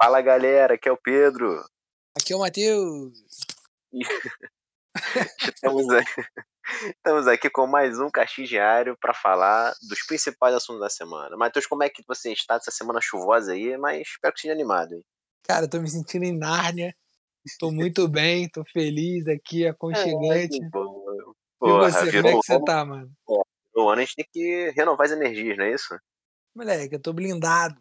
Fala galera, aqui é o Pedro. Aqui é o Matheus. E estamos, estamos aqui com mais um Caixinha Diário para falar dos principais assuntos da semana. Matheus, como é que você está essa semana chuvosa aí? Mas espero que seja animado, hein? Cara, tô me sentindo em Nárnia. Tô muito bem, tô feliz aqui, Que aconchegante. bom. E Porra, você, como é virou que o você ano. tá, mano? Virou o ano, a gente tem que renovar as energias, não é isso? Moleque, eu tô blindado.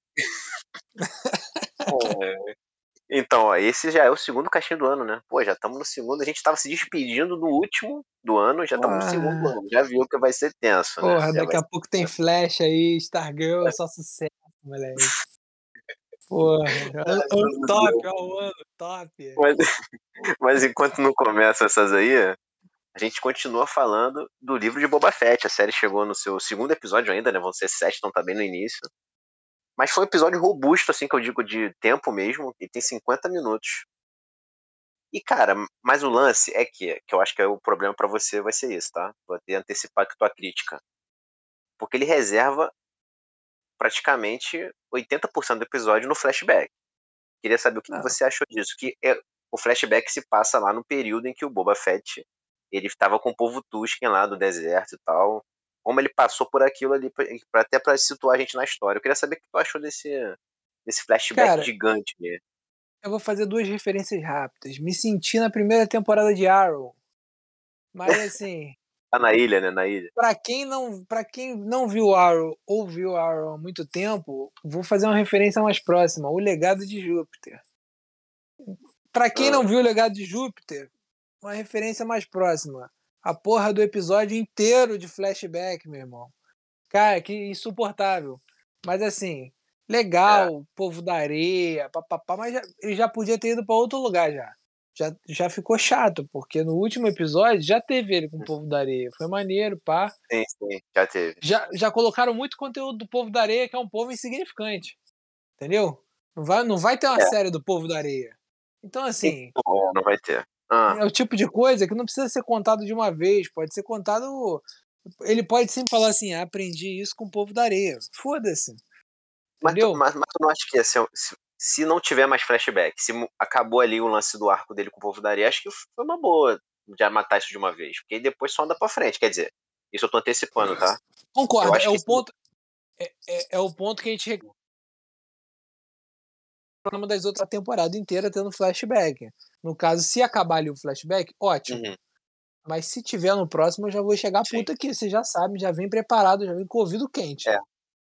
É. Então, ó, esse já é o segundo caixinho do ano, né? Pô, já estamos no segundo. A gente tava se despedindo do último do ano, já estamos no segundo Porra, ano. Já viu que vai ser tenso, né? porra, Já daqui vai a ser pouco tem tenso. Flash aí, Stargirl, é só sucesso, moleque. Porra, Ai, ano meu top, Deus. ó, o ano top. Mas, mas enquanto não começam essas aí, a gente continua falando do livro de Boba Fett. A série chegou no seu segundo episódio ainda, né? Vão ser 7, então tá bem no início. Mas foi um episódio robusto, assim, que eu digo de tempo mesmo, e tem 50 minutos. E, cara, mas o lance é que eu acho que é o problema pra você vai ser isso, tá? Vou até antecipar que tua crítica. Porque ele reserva praticamente 80% do episódio no flashback. Queria saber o que Não, você achou disso. O flashback se passa lá no período em que o Boba Fett ele estava com o povo Tusken lá do deserto e tal. Como ele passou por aquilo ali, até pra situar a gente na história. Eu queria saber o que tu achou desse flashback cara, gigante, né? eu vou fazer duas referências rápidas. Me senti na primeira temporada de Arrow, mas assim, Tá na ilha, né? Na ilha. Pra quem não viu Arrow ou viu Arrow há muito tempo, vou fazer uma referência mais próxima, O Legado de Júpiter. Pra quem Ah, não viu O Legado de Júpiter, uma referência mais próxima, a porra do episódio inteiro de flashback, meu irmão. Cara, que insuportável. Mas assim, é. legal, povo da areia, papapá, mas ele já podia ter ido pra outro lugar já. Já ficou chato, porque no último episódio já teve ele com o povo da areia. Foi maneiro, pá. Sim, sim, já teve. Já colocaram muito conteúdo do povo da areia, que é um povo insignificante. Entendeu? Não vai ter uma É, série do povo da areia. Então, assim, então, não vai ter. Ah, é o tipo de coisa que não precisa ser contado de uma vez, pode ser contado. Ele pode sempre falar assim: aprendi isso com o povo da areia. Foda-se, mas, tu, entendeu? mas, mas tu não acha que se não tiver mais flashback, acabou ali o lance do arco dele com o povo da areia, acho que foi uma boa já matar isso de uma vez. Porque aí depois só anda pra frente. Quer dizer, isso eu tô antecipando, tá? Eu Concordo, acho que é o ponto que a gente reclama das outras temporadas inteiras tendo flashback. No caso, se acabar ali o flashback, ótimo. Uhum, Mas se tiver no próximo, eu já vou chegar sim. puta aqui. Você já sabe, já vem preparado, já vem com o ouvido quente. É.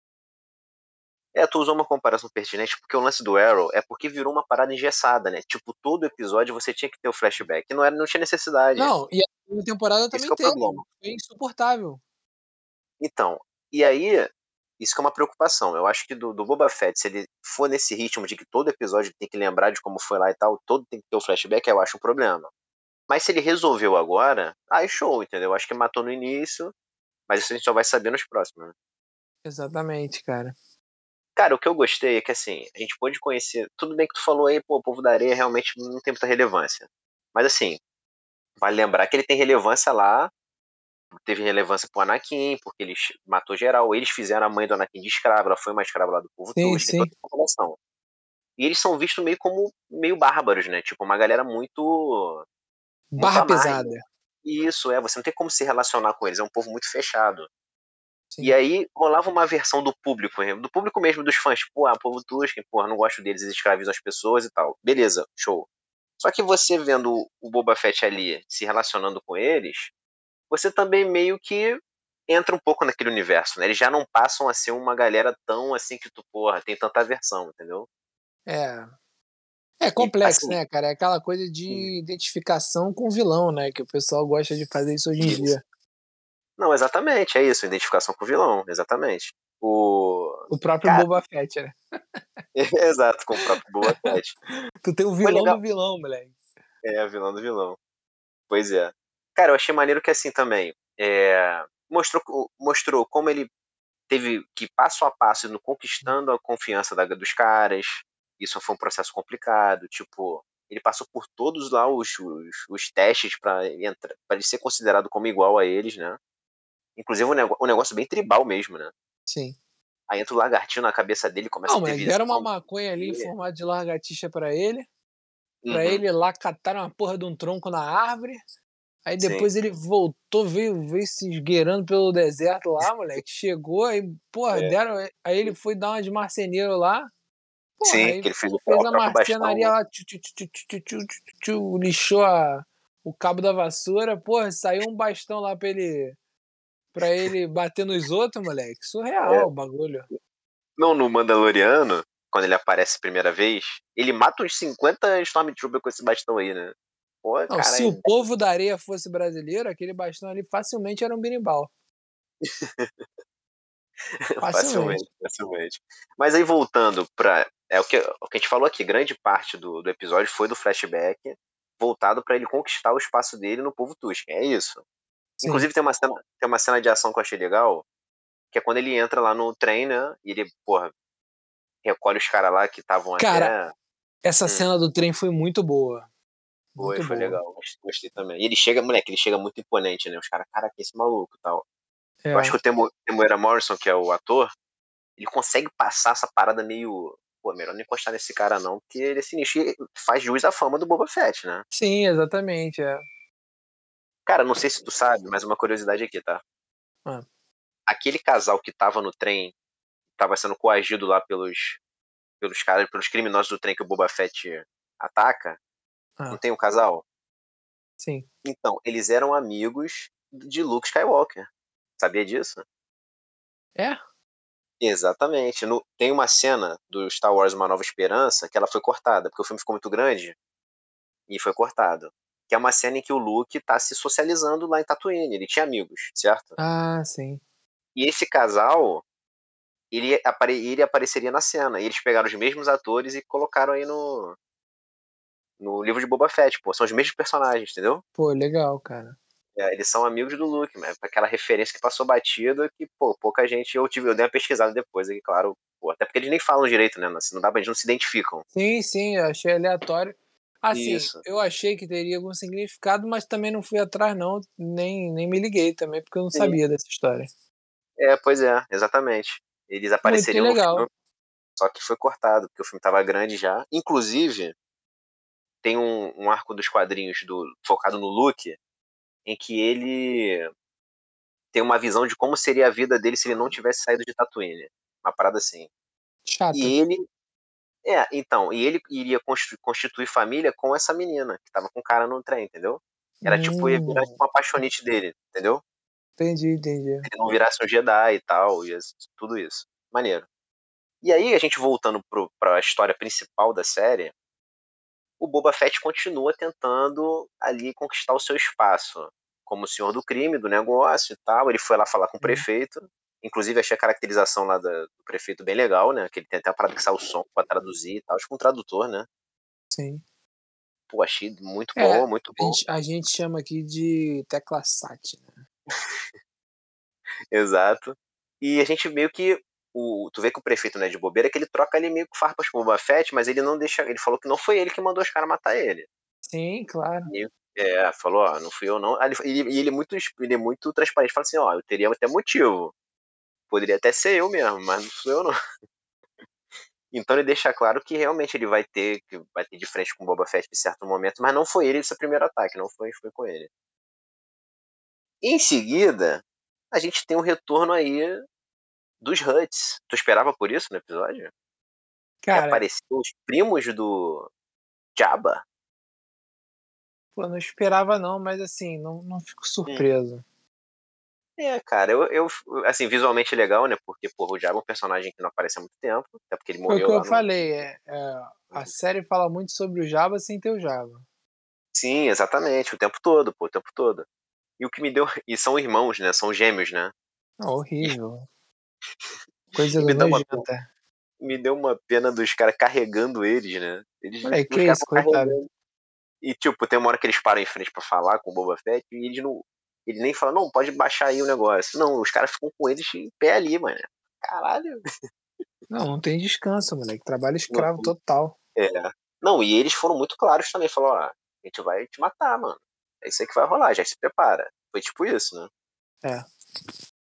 Tu usou uma comparação pertinente porque o lance do Arrow é porque virou uma parada engessada, né? Tipo, todo episódio você tinha que ter o flashback. E não tinha necessidade. Não, e a segunda temporada Esse também que é o teve. problema. Foi insuportável. Então, e aí, isso que é uma preocupação. Eu acho que do Boba Fett, se ele for nesse ritmo de que todo episódio tem que lembrar de como foi lá e tal, todo tem que ter o flashback, eu acho um problema. Mas se ele resolveu agora, aí show, entendeu? Eu acho que matou no início, mas isso a gente só vai saber nos próximos, né? Exatamente, cara. Cara, o que eu gostei é que, assim, a gente pôde conhecer. Tudo bem que tu falou aí, pô, o povo da areia realmente não tem muita relevância. Mas, assim, vale lembrar que ele tem relevância lá. Teve relevância pro Anakin, porque ele matou geral. Eles fizeram a mãe do Anakin de escrava, ela foi uma escrava lá do povo Sim, Tusken, então sim. tem uma relação. E eles são vistos meio como meio bárbaros, né? Tipo, uma galera muito Barra à margem. pesada. E isso, você não tem como se relacionar com eles, é um povo muito fechado. E Sim. aí rolava uma versão do público mesmo, dos fãs, tipo, povo Tusken, porra, não gosto deles, eles escravizam as pessoas e tal. Beleza, show. Só que você vendo o Boba Fett ali se relacionando com eles, você também meio que entra um pouco naquele universo, né? Eles já não passam a ser uma galera tão assim que tu, porra, tem tanta aversão, entendeu? É. É E complexo, assim, né, cara? É aquela coisa de identificação com o vilão, né? Que o pessoal gosta de fazer isso hoje em isso. dia. Não, exatamente, é isso, identificação com o vilão, exatamente. O. O próprio Cara, Boba Fett, né? exato, com o próprio Boba Fett. Tu tem o Foi vilão legal. do vilão, moleque. É, vilão do vilão. Pois é. Cara, eu achei maneiro que assim também. Mostrou como ele teve que passo a passo indo conquistando a confiança dos caras. Isso foi um processo complicado. Tipo, ele passou por todos lá os testes para ele ser considerado como igual a eles, né? Inclusive um negócio bem tribal mesmo, né? Sim. Aí entra o lagartinho na cabeça dele, começa Não, a ter moleque, deram uma visão. maconha ali em formato de lagartixa pra Uhum, ele lá catar uma porra de um tronco na árvore. Aí sim. depois ele voltou, veio se esgueirando pelo deserto lá, moleque. Chegou, aí, porra, É. deram. Aí ele foi dar uma de marceneiro lá. Porra, Sim, aí que ele fez fez o a próprio bastão, marcenaria né? lá, lixou o cabo da vassoura. Porra, saiu um bastão lá pra ele bater nos outros, moleque. É. Surreal o bagulho. Não, no Mandaloriano, quando ele aparece a primeira vez, ele mata uns 50 Stormtroopers com esse bastão aí, né? Pô, Não, cara, se o povo da areia fosse brasileiro, aquele bastão ali facilmente era um berimbau. Facilmente. facilmente, facilmente. Mas aí voltando pra. O que a gente falou aqui, grande parte do episódio foi do flashback voltado pra ele conquistar o espaço dele no povo Tusken. É isso. Sim. Inclusive tem uma cena de ação que eu achei legal, que é quando ele entra lá no trem, né? E ele, porra, recolhe os caras lá que estavam Cara, até. essa Hum, cena do trem foi muito boa. foi, Muito foi boa. legal. Gostei também. E ele chega, moleque, ele chega muito imponente, né? Os caras, cara, que esse maluco e tal. Eu acho É. que o Temuera Morrison, que é o ator, ele consegue passar essa parada meio. Pô, melhor não encostar nesse cara não, porque ele é sinistro e faz jus à fama do Boba Fett, né? Sim, exatamente. É. Cara, não sei se tu sabe, mas uma curiosidade aqui, tá? Ah, Aquele casal que tava no trem, tava sendo coagido lá pelos caras, pelos criminosos do trem que o Boba Fett ataca, não ah, tem um casal? sim. Então, eles eram amigos de Luke Skywalker. Sabia disso? É? Exatamente. Tem uma cena do Star Wars Uma Nova Esperança que ela foi cortada, porque o filme ficou muito grande e foi cortado. Que é uma cena em que o Luke tá se socializando lá em Tatooine. Ele tinha amigos, certo? Ah, sim. E esse casal, ele apareceria na cena. E eles pegaram os mesmos atores e colocaram aí no livro de Boba Fett, pô. São os mesmos personagens, entendeu? Pô, legal, cara. É, eles são amigos do Luke, mas aquela referência que passou batida que, pô, pouca gente. Eu dei uma pesquisada depois aqui, claro. Pô, até porque eles nem falam direito, né? Não dá pra eles não se identificam. Sim, sim, eu achei aleatório. Assim, Isso. eu achei que teria algum significado, mas também não fui atrás, não. Nem me liguei também, porque eu não Sim. sabia dessa história. É, pois é, exatamente. Eles Muito apareceriam no legal. filme, só que foi cortado, porque o filme tava grande já. Inclusive, tem um arco dos quadrinhos focado no Luke, em que ele tem uma visão de como seria a vida dele se ele não tivesse saído de Tatooine. Uma parada assim. Chato. E ele. Então, e ele iria constituir família com essa menina, que tava com o cara no trem, entendeu? Era tipo, ia virar tipo, Hum, uma apaixonite dele, entendeu? entendi, entendi. Se ele não virasse um Jedi e tal, tudo isso. Maneiro. E aí, a gente voltando pra história principal da série, o Boba Fett continua tentando ali conquistar o seu espaço como senhor do crime, do negócio e tal. Ele foi lá falar com o Hum, prefeito. Inclusive, achei a caracterização lá do prefeito bem legal, né? Que ele tem até a parada que sai o som pra traduzir e tal. Acho que um tradutor, né? sim. Pô, achei muito É, bom, muito bom. a gente chama aqui de tecla SAT, né? Exato. E a gente meio que. Tu vê que o prefeito não é de bobeira, que ele troca ali meio que farpas com o Boba Fett, mas ele não deixa. Ele falou que não foi ele que mandou os caras matar ele. Sim, claro. Falou, ó, não fui eu não. Aí ele é muito transparente, fala assim, ó, eu teria até motivo. Poderia até ser eu mesmo, mas não sou eu não. Então ele deixa claro que realmente ele vai ter de frente com o Boba Fett em certo momento, mas não foi ele esse primeiro ataque, não foi com ele. Em seguida, a gente tem o retorno aí dos Hutts. Tu esperava por isso no episódio? Que Cara, apareceu os primos do Jabba? pô, não esperava não, mas assim, não fico Hum. surpreso. Cara, assim, visualmente legal, né? Porque, porra, o Jabba é um personagem que não aparece há muito tempo, até porque ele Foi o morreu que eu lá no. falei, a série fala muito sobre o Jabba sem ter o Jabba. Sim, exatamente, o tempo todo, pô, o tempo todo. E o que me deu. E são irmãos, né? São gêmeos, né? Não, horrível. Coisa E me dá uma, nojenta. me deu uma pena dos caras carregando eles, né? Moleque, que Os caras isso, vão coitado. carregando. E, tipo, tem uma hora que eles param em frente pra falar com o Boba Fett e eles não. Ele nem fala, não, pode baixar aí o negócio. Não, os caras ficam com eles em pé ali, mano. Caralho. Não tem descanso, moleque. Trabalho Não, escravo total. é. Não, e eles foram muito claros também. Falou, ó, a gente vai te matar, mano. É isso aí que vai rolar, já se prepara. Foi tipo isso, né? É.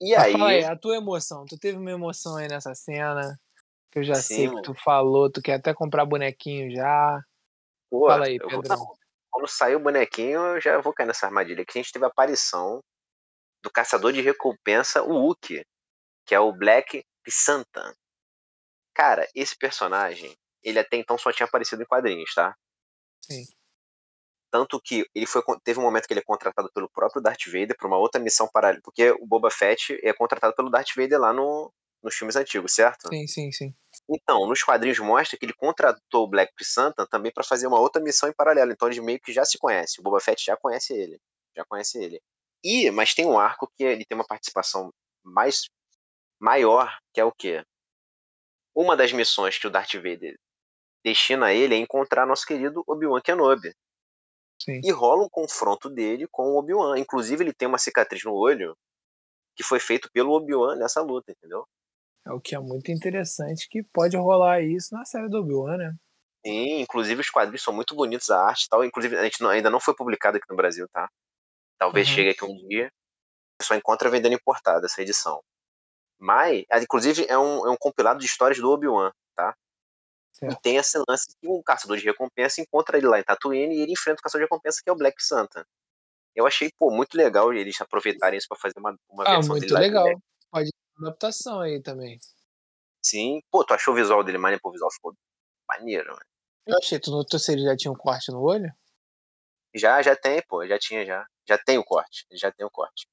E Mas fala aí, aí, a tua emoção. Tu teve uma emoção aí nessa cena, que eu já sim, sei que mano. tu falou, tu quer até comprar bonequinho já. Pô, Fala aí, eu vou. Pedrão. Não, quando sair o bonequinho, eu já vou cair nessa armadilha. Que a gente teve a aparição do caçador de recompensa, o Uki, que é o Black Chrysanthemum. Cara, esse personagem, ele até então só tinha aparecido em quadrinhos, tá? Sim, Tanto que teve um momento que ele é contratado pelo próprio Darth Vader para uma outra missão paralela, porque o Boba Fett é contratado pelo Darth Vader lá nos filmes antigos, certo? sim, sim, sim. Então, nos quadrinhos mostra que ele contratou o Black Chrysanthemum também para fazer uma outra missão em paralelo. Então eles meio que já se conhecem. O Boba Fett já conhece ele. Já conhece ele. Mas tem um arco que ele tem uma participação mais maior, que é o quê? Uma das missões que o Darth Vader destina a ele é encontrar nosso querido Obi-Wan Kenobi. Sim. E rola um confronto dele com o Obi-Wan. Inclusive, ele tem uma cicatriz no olho que foi feito pelo Obi-Wan nessa luta, entendeu? É o que é muito interessante que pode rolar isso na série do Obi-Wan, né? Sim, inclusive os quadrinhos são muito bonitos, a arte e tal. Inclusive, a gente ainda não foi publicado aqui no Brasil, tá? Talvez Aham, chegue aqui um dia. Só encontra vendendo importada essa edição. Mas, inclusive, é um compilado de histórias do Obi-Wan, tá? E certo. tem esse lance que um caçador de recompensa encontra ele lá em Tatooine e ele enfrenta o caçador de recompensa que é o Black Santa. Eu achei, pô, muito legal eles aproveitarem isso pra fazer uma Ah, versão dele muito live legal. action. Pode ter uma adaptação aí também. Sim, pô, tu achou o visual dele maneiro? Pô, o visual ficou maneiro, mano. Eu achei, tu notou se ele já tinha um corte no olho? Já tem, pô, já tinha já. Já tem o corte, já tem o corte.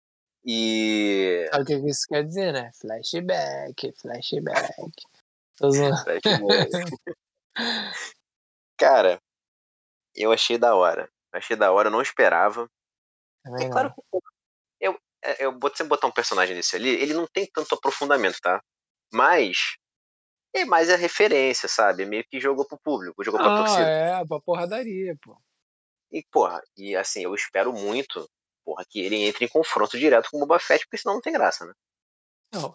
E. Sabe o que isso quer dizer, né? Flashback, flashback. Tô zoando. Cara, eu achei da hora. Achei da hora, eu não esperava. É Também claro não. que eu vou sempre botar um personagem desse ali, ele não tem tanto aprofundamento, tá? Mas é mais a referência, sabe? Meio que jogou pro público, jogou pra Ah, torcida. é, pra porradaria, pô. E, porra, e assim, eu espero muito, porra, que ele entre em confronto direto com o Boba Fett, porque senão não tem graça, né? Não,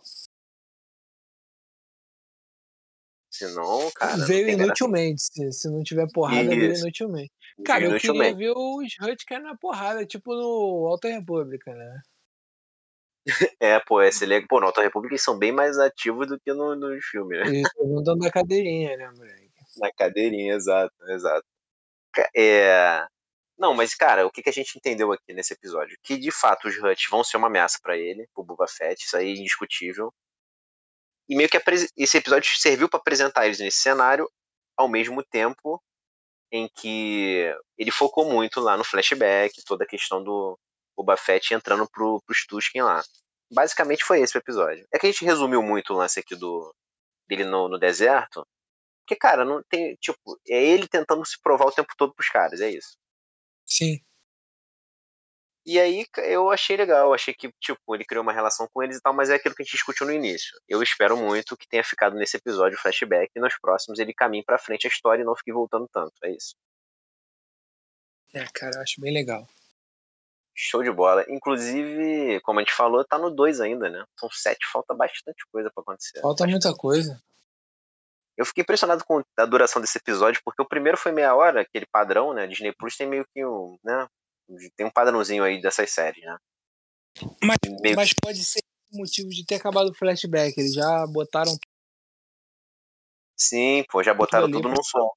Senão, cara, não veio tem graça. inutilmente. Se não tiver porrada, veio Isso, inutilmente. Cara, eu queria inutilmente. ver os Hut cair na porrada, tipo no Alta República, né? É, pô, esse legal. Pô, na Alta República eles são bem mais ativos do que nos filmes, né? Eles perguntam da cadeirinha, né, moleque? Na cadeirinha, exato, exato. É. Não, mas, cara, o que a gente entendeu aqui nesse episódio? Que, de fato, os Hutt vão ser uma ameaça pra ele, pro Boba Fett, isso aí é indiscutível. E meio que esse episódio serviu pra apresentar eles nesse cenário, ao mesmo tempo em que ele focou muito lá no flashback, toda a questão do Boba Fett entrando pros Tusken lá. Basicamente foi esse o episódio. É que a gente resumiu muito o lance aqui dele no deserto, porque, cara, não tem, tipo, é ele tentando se provar o tempo todo pros caras, é isso. Sim. E aí eu achei legal, eu achei que, tipo, ele criou uma relação com eles e tal, mas é aquilo que a gente discutiu no início. Eu espero muito que tenha ficado nesse episódio o flashback e nos próximos ele caminhe pra frente a história e não fique voltando tanto, é isso. É, cara, eu acho bem legal. Show de bola. Inclusive, como a gente falou, tá no 2 ainda, né? São 7, falta bastante coisa pra acontecer. Falta muita Bastante. coisa. Eu fiquei impressionado com a duração desse episódio, porque o primeiro foi meia hora, aquele padrão, né? Disney Plus tem meio que um, né? Tem um padrãozinho aí dessas séries, né? Mas, Meio mas pode ser o motivo de ter acabado o flashback. Eles já botaram sim, pô, já tudo botaram ali tudo pra. num só.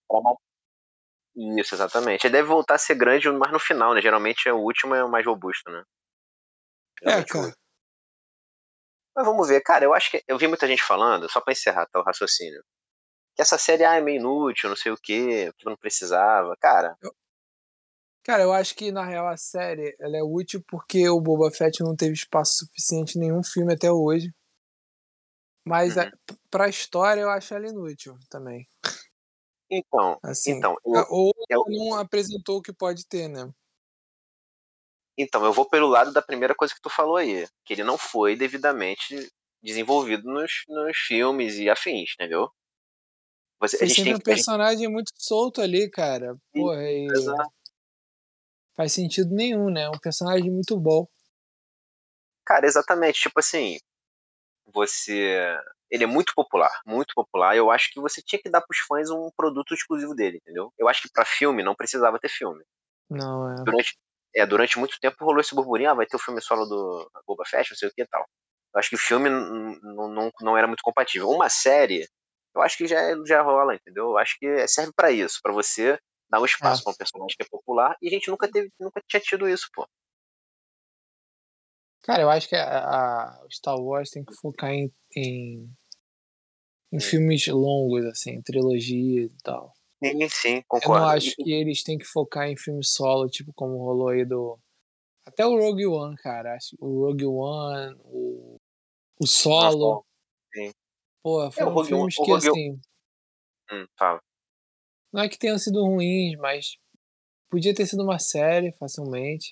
Isso, exatamente. Ele deve voltar a ser grande mais no final, né? Geralmente o último é o mais robusto, né? É, Geralmente o cara. último. Mas vamos ver. Cara, eu acho que. Eu vi muita gente falando, só pra encerrar tá, o raciocínio, que essa série é meio inútil, não sei o quê, que não precisava. Cara, Eu, cara, eu acho que na real a série ela é útil porque o Boba Fett não teve espaço suficiente em nenhum filme até hoje. Mas uhum. pra história eu acho ela inútil também. Então, Assim. então, eu, Ou eu, não apresentou o que pode ter, né? então, eu vou pelo lado da primeira coisa que tu falou aí, que ele não foi devidamente desenvolvido nos filmes e afins, entendeu? A Foi gente sempre tem um que. personagem muito solto ali, cara. Porra, e Exato. faz sentido nenhum, né? Um personagem muito bom. Cara, exatamente. Tipo assim, você. Ele é muito popular, muito popular. Eu acho que você tinha que dar pros fãs um produto exclusivo dele, entendeu? Eu acho que pra filme não precisava ter filme. Não, é. Durante, durante muito tempo rolou esse burburinho, vai ter o filme solo do Boba Fett, não sei o que e tal. Eu acho que o filme não era muito compatível. Uma série, eu acho que já rola, entendeu? Eu acho que serve pra isso, pra você dar um É. espaço pra um personagem que é popular, e a gente nunca tinha tido isso, pô. Cara, eu acho que o Star Wars tem que focar em Hum. filmes longos, assim, trilogias e tal. Sim, sim, Eu não concordo. acho que eles têm que focar em filme solo, tipo como rolou aí do. Até o Rogue One, cara. O Rogue One, o Solo. Nossa, sim. Pô, É, o foram Rogue One, filmes que, assim, fala. não é que tenham sido ruins, mas podia ter sido uma série facilmente.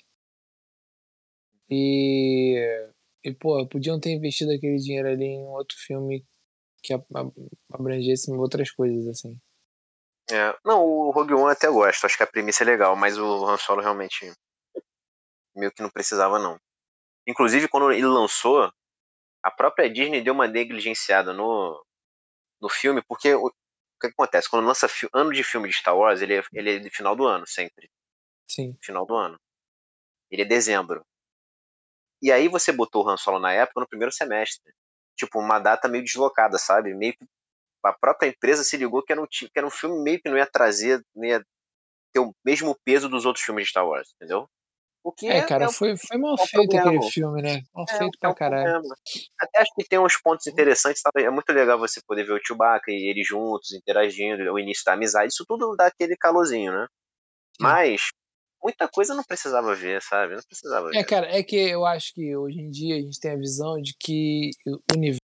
E, pô, podiam ter investido aquele dinheiro ali em outro filme que abrangesse outras coisas, assim. Não, o Rogue One até gosto, acho que a premissa é legal, mas o Han Solo realmente meio que não precisava, não. Inclusive, quando ele lançou, a própria Disney deu uma negligenciada no filme, porque o que acontece? Quando lança ano de filme de Star Wars, ele é de final do ano, sempre. Sim. Final do ano. Ele é dezembro. E aí você botou o Han Solo na época no primeiro semestre. Tipo, uma data meio deslocada, sabe? Meio que a própria empresa se ligou que era um filme meio que não ia trazer, não ia ter o mesmo peso dos outros filmes de Star Wars, entendeu? O que É, é, cara, é, foi mal é um feito aquele problema. filme, né? Mal feito É pra um caralho. problema. Até acho que tem uns pontos interessantes, sabe? É muito legal você poder ver o Chewbacca e eles juntos, interagindo, o início da amizade, isso tudo dá aquele calorzinho, né? Sim. Mas muita coisa não precisava ver, sabe? Não precisava É, ver. cara, é que eu acho que hoje em dia a gente tem a visão de que o universo.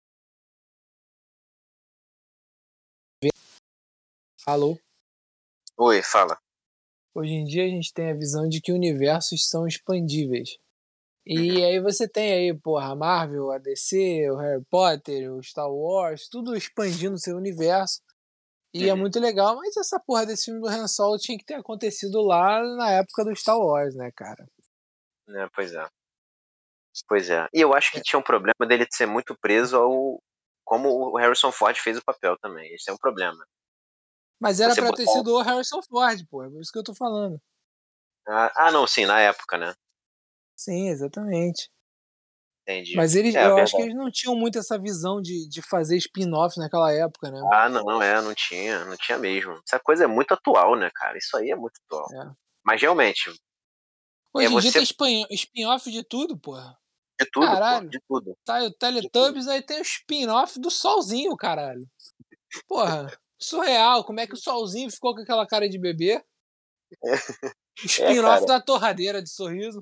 Alô? Oi, fala. Hoje em dia a gente tem a visão de que universos são expandíveis. Uhum, E aí você tem aí, porra, a Marvel, a DC, o Harry Potter, o Star Wars, tudo expandindo seu universo. E é uhum. muito legal, mas essa porra desse filme do Han Solo tinha que ter acontecido lá na época do Star Wars, né, cara? Pois é. Pois é. E eu acho que É. tinha um problema dele ser muito preso ao. Como o Harrison Ford fez o papel também. Esse é um problema. Mas era Você pra ter botar. sido o Harrison Ford, pô, é por isso que eu tô falando. Não, sim, na época, né? Sim, exatamente. Entendi. Mas eles, É eu acho que verdade. eles não tinham muito essa visão de fazer spin-off naquela época, né? Não, não tinha mesmo. Essa coisa é muito atual, né, cara? Isso aí é muito atual. É. Mas realmente, é Hoje em dia tem você spin-off de tudo, porra. de tudo, pô, Caralho. de tudo, Tá o de tudo. Teletubbies, aí tem o spin-off do Solzinho, caralho. Porra, surreal. Como é que o Solzinho ficou com aquela cara de bebê? O spin-off Cara, da torradeira de sorriso.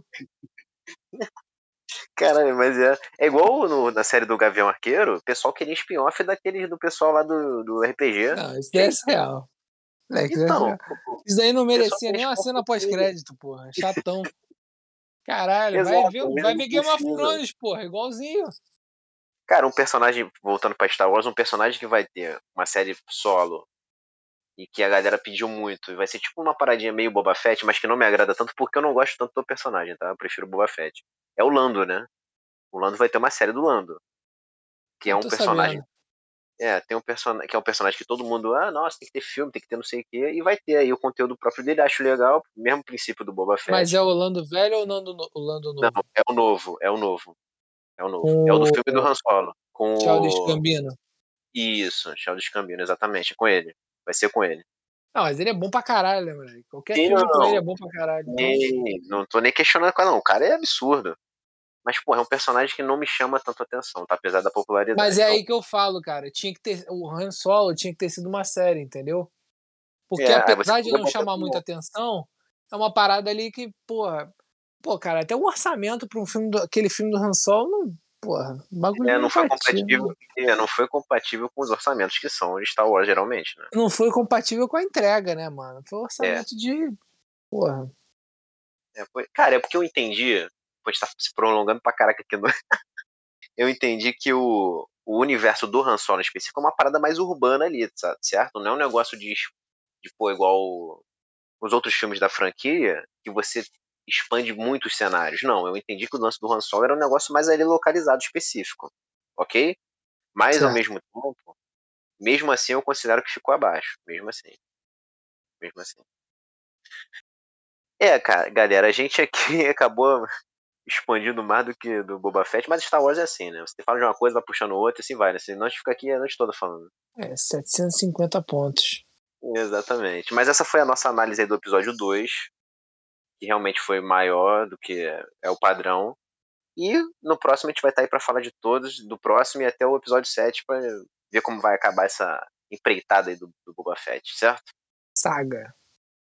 caralho, mas é igual na série do Gavião Arqueiro, o pessoal queria spin-off daqueles do pessoal lá do RPG. Não, isso Que daí é isso? surreal. Moleque, isso daí é Então, surreal. Isso daí não o pessoal merecia queria nem uma spin-off cena daquele. pós-crédito, porra. Chatão. Caralho, Exato, às vezes vai não ver Game of precisa. Thrones, porra, igualzinho. Cara, um personagem, voltando pra Star Wars, um personagem que vai ter uma série solo e que a galera pediu muito, e vai ser tipo uma paradinha meio Boba Fett, mas que não me agrada tanto porque eu não gosto tanto do personagem, tá? Eu prefiro o Boba Fett. É o Lando, né? O Lando vai ter uma série do Lando, que é Eu um tô personagem. sabendo. Tem um personagem que é um personagem que todo mundo, nossa, tem que ter filme, tem que ter não sei o quê, e vai ter aí o conteúdo próprio dele, acho legal, mesmo princípio do Boba Mas é Fett. o Lando velho ou o Lando Não, novo? é o novo, é o novo, é o novo. É o do Com filme do o Han Solo, com Childish o. Gambino. Isso, Childish Gambino, exatamente, é com ele. Vai ser com ele. Não, mas ele é bom pra caralho, né, moleque? Qualquer Sim, filme com ele é não, bom pra caralho. Então, não tô nem questionando com ela, não. O cara é absurdo. Mas, porra, é um personagem que não me chama tanto atenção, tá? Apesar da mas popularidade. é Então, aí que eu falo, cara. Tinha que ter. O Han Solo tinha que ter sido uma série, entendeu? Porque aí você apesar de podia não botar chamar muita como. atenção, é uma parada ali que, porra. Pô, cara, até o orçamento pra um filme aquele filme do Han Solo, não, porra, o bagulho Não não foi batia. compatível. Não foi compatível com os orçamentos que são de Star Wars, geralmente, né? Não foi compatível com a entrega, né, mano? Foi um É. orçamento de. Porra. Cara, é porque eu entendi. Pode estar se prolongando pra caraca aqui. Eu entendi que o universo do Han Solo em específico é uma parada mais urbana ali, certo? Não é um negócio de pô, igual os outros filmes da franquia, que você expande muito os cenários. Não, eu entendi que o lance do Han Solo era um negócio mais ali localizado, específico. Ok? Mas ao Certo. mesmo tempo, mesmo assim eu considero que ficou abaixo. Mesmo assim. Mesmo assim. Cara, galera, a gente aqui acabou expandindo mais do que do Boba Fett, mas Star Wars é assim, né? Você fala de uma coisa, vai puxando outra e assim vai, né? Senão a gente fica aqui a noite toda falando. 750 pontos. Exatamente. Mas essa foi a nossa análise aí do episódio 2, que realmente foi maior do que é o padrão. E no próximo a gente vai estar aí para falar de todos, do próximo e até o episódio 7 para ver como vai acabar essa empreitada aí do Boba Fett, certo? Saga.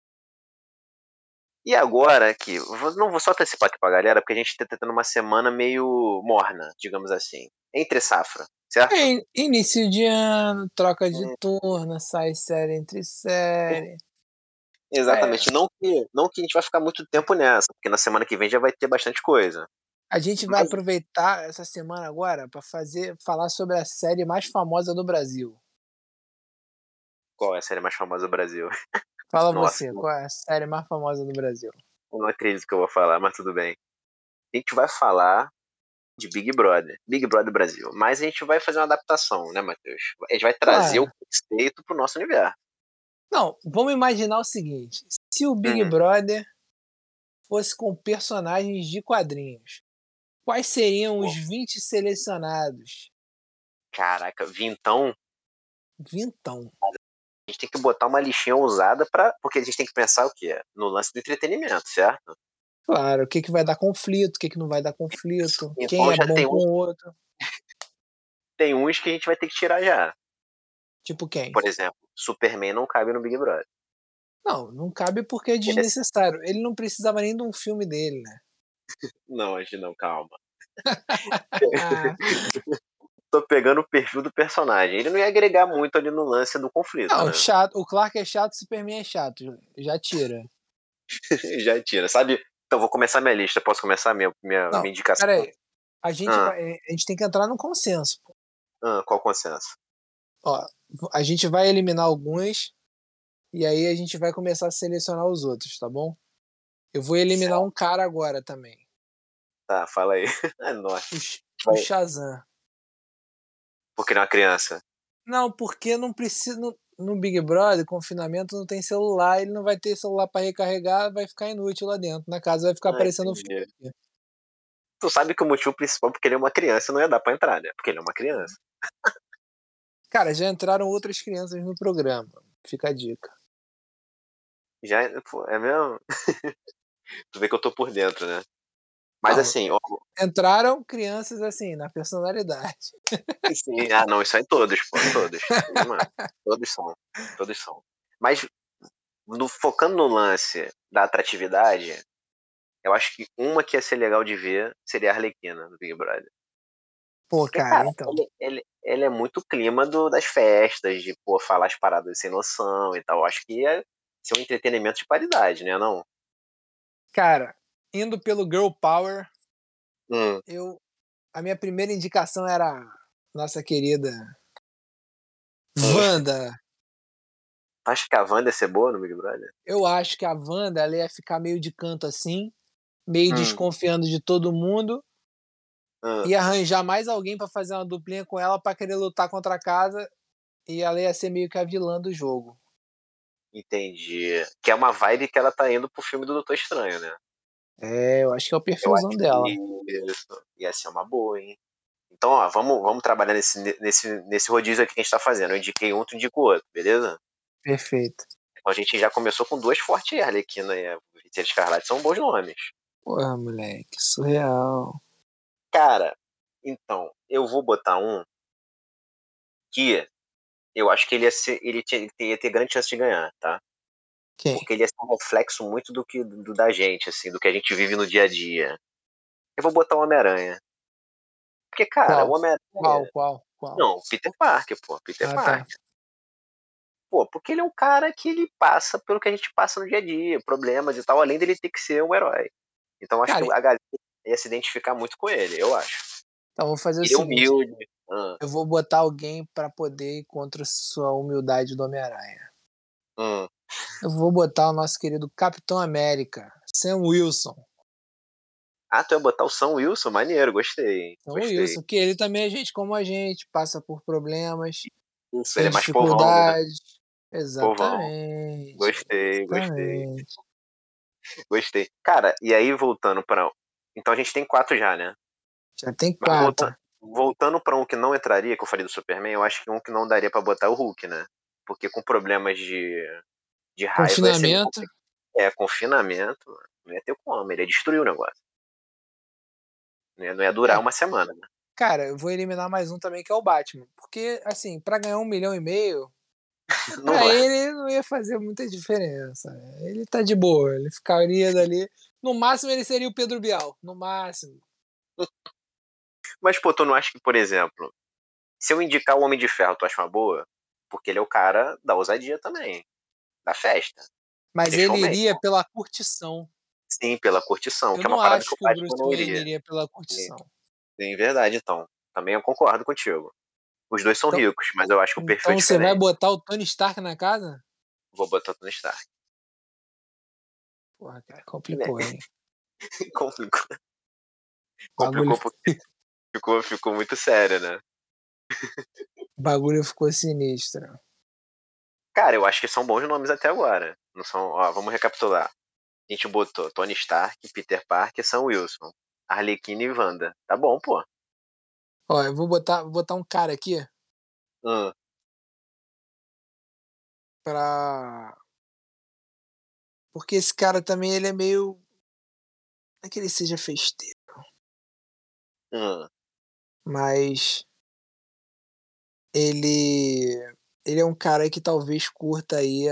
E agora aqui, não vou só antecipar aqui pra galera, porque a gente tá tendo uma semana meio morna, digamos assim. Entre safra, certo? Início de ano, troca de Hum, turno, sai série entre série. É, Exatamente. Não que a gente vai ficar muito tempo nessa, porque na semana que vem já vai ter bastante coisa. a gente vai Mas aproveitar essa semana agora para falar sobre a série mais famosa do Brasil. qual é a série mais famosa do Brasil? Fala Nossa, você, qual é a série mais famosa do Brasil? eu não acredito que eu vou falar, mas tudo bem. A gente vai falar de Big Brother, Big Brother Brasil. Mas a gente vai fazer uma adaptação, né, Matheus? A gente vai trazer o Claro. conceito pro nosso universo. Não, vamos imaginar o seguinte: se o Big Hum, Brother fosse com personagens de quadrinhos, quais seriam os pô, 20 selecionados? caraca, Vintão, Vintão. a gente tem que botar uma listinha ousada porque a gente tem que pensar o quê? No lance do entretenimento, certo? Claro, o que, que vai dar conflito, o que, que não vai dar conflito, quem Então é já bom com o outro. tem uns que a gente vai ter que tirar já. Tipo quem? Por exemplo, Superman não cabe no Big Brother. Não, não cabe porque é Ele é... desnecessário. Ele não precisava nem de um filme dele, né? Não, Angie, não, calma. Tô pegando o perfil do personagem. Ele não ia agregar muito ali no lance do conflito, Não, né? chato. O Clark é chato, o Superman é chato. Já tira. Já tira, sabe? Então vou começar minha lista. Posso começar minha Não, indicação? peraí. Ah, A gente tem que entrar no consenso. Pô. qual consenso? Ó, a gente vai eliminar alguns e aí a gente vai começar a selecionar os outros, tá bom? Eu vou eliminar um Certo. cara agora também. Tá, fala aí. Nossa. O Vai. Shazam. Porque ele é uma criança. Não, porque não precisa. No Big Brother, confinamento, não tem celular, ele não vai ter celular para recarregar, vai ficar inútil lá dentro. Na casa vai ficar Ah, aparecendo o entendi. filme. Tu sabe que o motivo principal é porque ele é uma criança não ia dar pra entrar, né? Porque ele é uma criança. Cara, já entraram outras crianças no programa. Fica a dica. Já, pô, é mesmo? Tu vê que eu tô por dentro, né? Mas Não, assim, ó, entraram crianças assim, na personalidade. sim, ah, não, isso aí todos, pô, todos. Sim, mano. Todos são. Todos são. Mas focando no lance da atratividade, eu acho que uma que ia ser legal de ver seria a Arlequina do Big Brother. Pô, Porque, cara, cara, então. ele é muito clima das festas, de, pô, falar as paradas sem noção e tal. Eu acho que ia ser um entretenimento de qualidade, né, não? Cara, indo pelo Girl Power, Hum, eu. A minha primeira indicação era a nossa querida hum. Wanda. Acho que a Wanda ia ser boa no Big Brother. Eu acho que a Wanda ela ia ficar meio de canto assim, meio Hum, desconfiando de todo mundo, hum. e arranjar mais alguém pra fazer uma duplinha com ela pra querer lutar contra a casa, e ela ia ser meio que a vilã do jogo. Entendi. Que é uma vibe que ela tá indo pro filme do Doutor Estranho, né? É, eu acho que é o Eu perfilzão acho dela. que isso ia ser uma boa, hein? Então, ó, vamos trabalhar nesse rodízio aqui que a gente tá fazendo. Eu indiquei um, tu indica o outro, beleza? Perfeito. Então a gente já começou com duas fortes aí, a Arlequina e a Feiticeira Escarlate são bons nomes. Porra, moleque, surreal. Cara, então, eu vou botar um que eu acho que ele ia ter grande chance de ganhar, tá? Quem? Porque ele ia ser um reflexo muito da gente, assim, do que a gente vive no dia a dia. Eu vou botar o Homem-Aranha. Porque, cara, o Qual? Homem-Aranha. Qual? Não, Peter Parker, pô, Peter Ah, tá. Parker. Pô, porque ele é um cara que ele passa pelo que a gente passa no dia a dia, problemas e tal, além dele ter que ser um herói. Então acho que Cara, a galera ia se identificar muito com ele, eu acho. então vou fazer o Ele é seguinte: humilde. Hum, eu vou botar alguém pra poder ir contra sua humildade do Homem-Aranha. hum. Eu vou botar o nosso querido Capitão América, Sam Wilson. Ah, tu ia botar o Sam Wilson? Maneiro, gostei, hein? Sam Gostei. Wilson, que ele também é gente como a gente, passa por problemas, Isso, ele tem é mais povão, né? dificuldades. Povão. Exatamente, Gostei, gostei. exatamente. Gostei. Cara, e aí voltando pra. Então a gente tem 4 já, né? Já tem Mas 4. voltando pra um que não entraria, que eu falei do Superman, eu acho que um que não daria pra botar é o Hulk, né? Porque com problemas de raiva ia ser meio Confinamento. complicado. É, confinamento, não ia ter como, ele ia destruir o negócio. Não ia durar É, uma semana, né? cara, eu vou eliminar mais um também, que é o Batman. Porque, assim, pra ganhar 1,5 milhão, Não pra vai. ele não ia fazer muita diferença, né? Ele tá de boa, ele ficaria dali. No máximo, ele seria o Pedro Bial. No máximo. Mas, pô, tu não acha que, por exemplo, se eu indicar o Homem de Ferro, tu acha uma boa? Porque ele é o cara da ousadia também, da festa. Ele Mas é ele showman. iria pela curtição. Sim, pela curtição, Eu que é uma não parada que acho o que o Batman Bruce não Wayne iria. iria pela Sim, curtição. sim, verdade, então. Também eu concordo contigo. Os dois são Então, ricos, mas eu acho que o perfil é então você vai diferente. botar o Tony Stark na casa? Vou botar Tony Stark. Porra, cara, Né? complicou, hein? Complicou, Bagulho, complicou porque ficou muito sério, né? bagulho ficou sinistro. Cara, eu acho que são bons nomes até agora. Não são, ó, vamos recapitular. A gente botou Tony Stark, Peter Parker, Sam Wilson, Arlequina e Wanda. Tá bom, pô. Ó, eu vou botar um cara aqui Hum, pra. Porque esse cara também, ele é meio. Não é que ele seja festeiro, hum, mas ele. Ele é um cara que talvez curta aí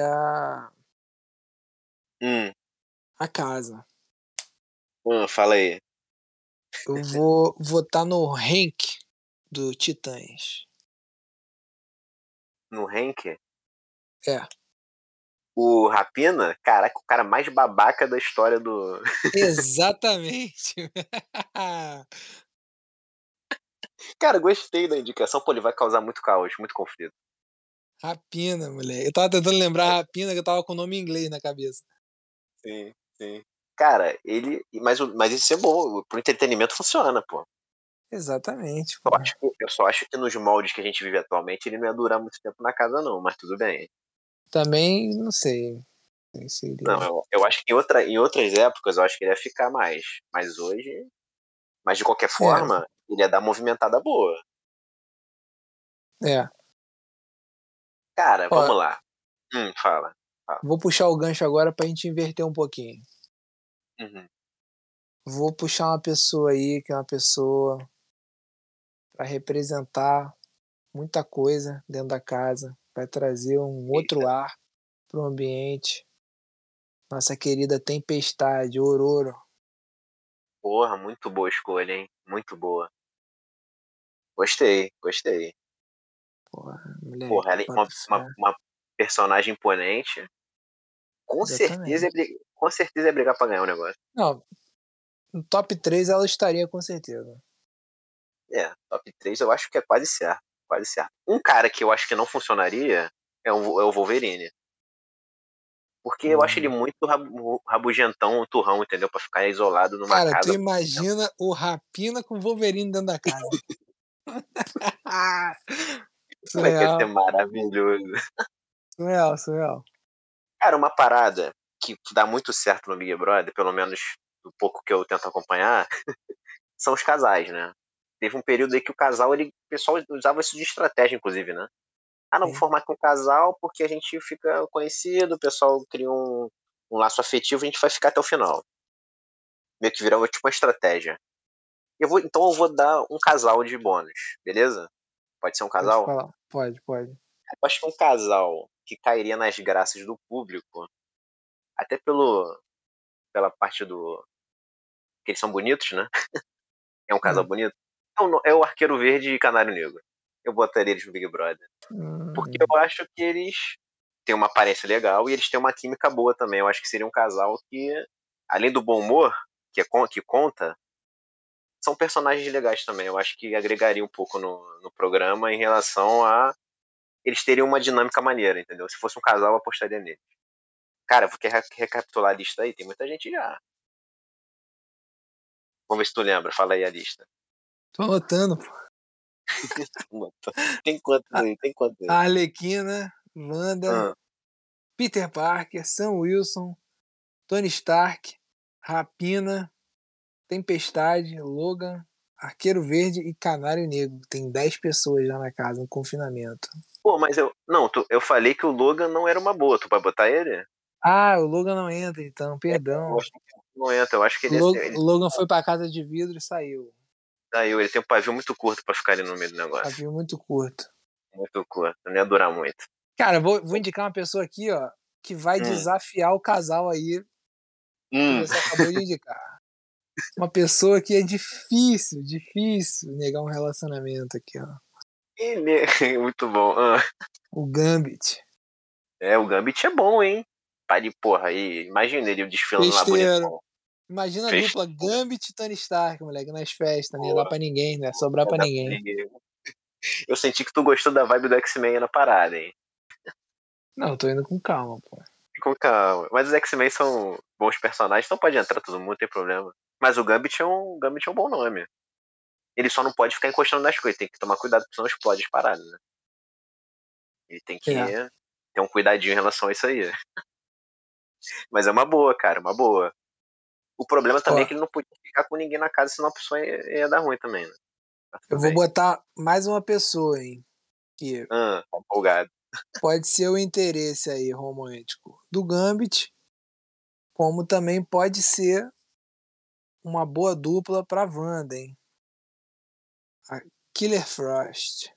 hum, a casa. fala aí. Eu vou votar no Hank do Titãs. No Henk, É, o Rapina, caraca, o cara mais babaca da história do. exatamente. Cara, gostei da indicação, pô, ele vai causar muito caos, muito conflito. Rapina, moleque. Eu tava tentando lembrar Rapina, que eu tava com o nome em inglês na cabeça. Sim, sim. Cara, ele. Mas isso é bom, pro entretenimento funciona, pô. Exatamente, pô. Eu só acho que nos moldes que a gente vive atualmente, ele não ia durar muito tempo na casa, não, mas tudo bem. Também, não sei. Não Não, seria. eu acho que em outras épocas eu acho que ele ia ficar mais. Mas hoje. Mas de qualquer É, forma, ele ia dar movimentada boa. é. Cara, Ó, vamos lá. Fala. Fala. vou puxar o gancho agora pra gente inverter um pouquinho. Uhum. Vou puxar uma pessoa aí, que é uma pessoa pra representar muita coisa dentro da casa, vai trazer um outro Eita. ar pro ambiente. Nossa querida Tempestade, Ororo. Porra, muito boa escolha, hein? Muito boa. Gostei, gostei. Porra, moleque, Porra, ela é bota fé. uma personagem imponente. Exatamente. Com certeza ia brigar pra ganhar o negócio. Não, no top 3 ela estaria com certeza. É, top 3 eu acho que é quase certo. Quase certo. Um cara que eu acho que não funcionaria é o Wolverine. Porque eu acho ele Hum. muito rabugentão, turrão, entendeu? Pra ficar isolado numa Cara, tu casa. imagina o Rapina com Wolverine dentro da casa. Como é que ia ser Surreal, maravilhoso? surreal, surreal. Cara, uma parada que dá muito certo no Big Brother, pelo menos do pouco que eu tento acompanhar, são os casais, né? Teve um período aí que o casal, o pessoal usava isso de estratégia, inclusive, né? Ah, não, vou Sim. formar com um casal porque a gente fica conhecido, o pessoal cria um laço afetivo, a gente vai ficar até o final. Meio que virava tipo uma estratégia. Então eu vou dar um casal de bônus, beleza? Pode ser um Pode casal? falar. Pode, pode. Eu acho que um casal que cairia nas graças do público, até pela parte do. Que eles são bonitos, né? É um casal Hum. bonito. É o Arqueiro Verde e Canário Negro. Eu botaria eles no Big Brother. Porque Hum. eu acho que eles têm uma aparência legal e eles têm uma química boa também. Eu acho que seria um casal que, além do bom humor, que conta, são personagens legais também. Eu acho que agregaria um pouco no programa em relação a eles teriam uma dinâmica maneira, entendeu? Se fosse um casal, eu apostaria nele. Cara, vou recapitular a lista aí, tem muita gente já. Vamos ver se tu lembra, fala aí a lista. Tô anotando, pô. Tem quantos A aí? Tem quantos a aí? Arlequina, Wanda, Ah, Peter Parker, Sam Wilson, Tony Stark, Rapina, Tempestade, Logan, Arqueiro Verde e Canário Negro. Tem 10 pessoas já na casa, no confinamento. Pô, mas eu. Não, eu falei que o Logan não era uma boa. Tu vai botar ele? Ah, o Logan não entra, então, Eu perdão. acho que não entra. Eu acho que O Logan foi pra casa de vidro e saiu. saiu. Ele tem um pavio muito curto pra ficar ali no meio do negócio. Pavio muito curto. Muito curto. Não ia durar muito. Cara, vou indicar uma pessoa aqui, ó, que vai Hum. desafiar o casal aí que Hum. você acabou de indicar. Uma pessoa que é difícil negar um relacionamento aqui, ó. Ele é muito bom. Ah. O Gambit. É, o Gambit é bom, hein? Pare, porra, aí. Imagina ele desfilando lá Festeiro. bonitão. Imagina a Fez. dupla Gambit e Tony Stark, moleque, nas festas. Não ia dar Porra, pra ninguém, né? Sobrar ia pra dar pra ninguém. ninguém. Eu senti que tu gostou da vibe do X-Men na parada, hein? Não, tô indo com calma, pô. Com calma. Mas os X-Men são bons personagens, então pode entrar todo mundo, não tem problema. Mas o Gambit é um bom nome. Ele só não pode ficar encostando nas coisas, tem que tomar cuidado, porque senão explode as paradas, né? Ele tem que É. ter um cuidadinho em relação a isso aí. Mas é uma boa, cara, uma boa. O problema também é Ó, que ele não podia ficar com ninguém na casa, senão a pessoa ia dar ruim também, né? Mas eu tudo vou bem. botar mais uma pessoa, hein? Que Tá empolgado. pode ser o interesse aí romântico do Gambit, como também pode ser uma boa dupla pra Wanda, hein? A Killer Frost.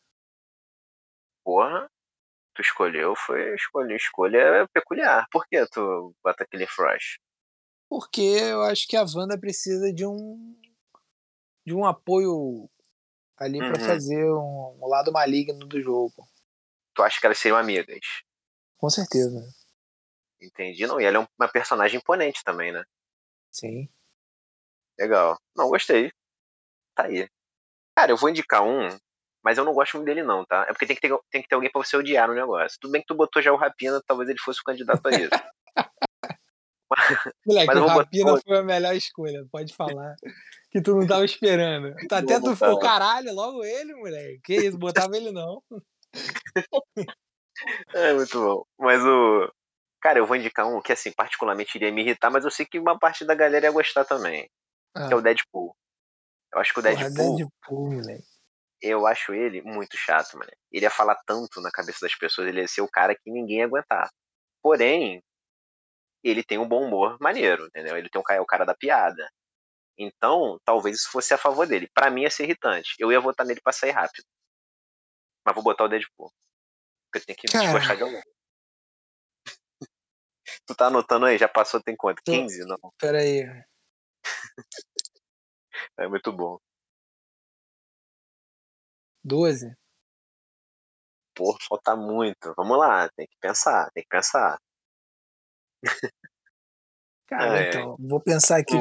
Porra, tu escolheu, escolha peculiar. Por que tu bota aquele Frost? Porque eu acho que a Wanda precisa de um apoio ali pra Uhum. fazer um lado maligno do jogo. Tu acha que elas seriam amigas? Com certeza. Entendi. Não, e ela é uma personagem imponente também, né? Sim. Legal. Não, gostei. Tá aí. Cara, eu vou indicar um, mas eu não gosto muito dele não, tá? É porque tem que ter alguém pra você odiar no negócio. Tudo bem que tu botou já o Rapina, talvez ele fosse o candidato a isso. Moleque, Mas o eu vou botar Rapina outro. foi a melhor escolha, pode falar. Que tu não tava esperando. Até tu ficou, Não. caralho, logo ele, moleque. Que isso, botava ele não. É muito bom. Mas o. Cara, eu vou indicar um que, assim, particularmente iria me irritar, mas eu sei que uma parte da galera ia gostar também. Que é o Ah, Deadpool. Eu acho que o porra, Deadpool, Deadpool, moleque. eu acho ele muito chato, mano. Ele ia falar tanto na cabeça das pessoas, ele ia ser o cara que ninguém ia aguentar. Porém, ele tem um bom humor maneiro, entendeu? Ele tem é o cara da piada. Então, talvez isso fosse a favor dele. Pra mim ia ser irritante. Eu ia votar nele pra sair rápido. Mas vou botar o Deadpool. Porque eu tenho que desgostar Cara, de alguém. Tu tá anotando aí? Já passou, tem quanto? tô... 15? Não. Pera aí. É muito bom. 12? Pô, falta muito. Vamos lá, tem que pensar, tem que pensar. Cara, Ai, ai. então, vou pensar aqui Hum,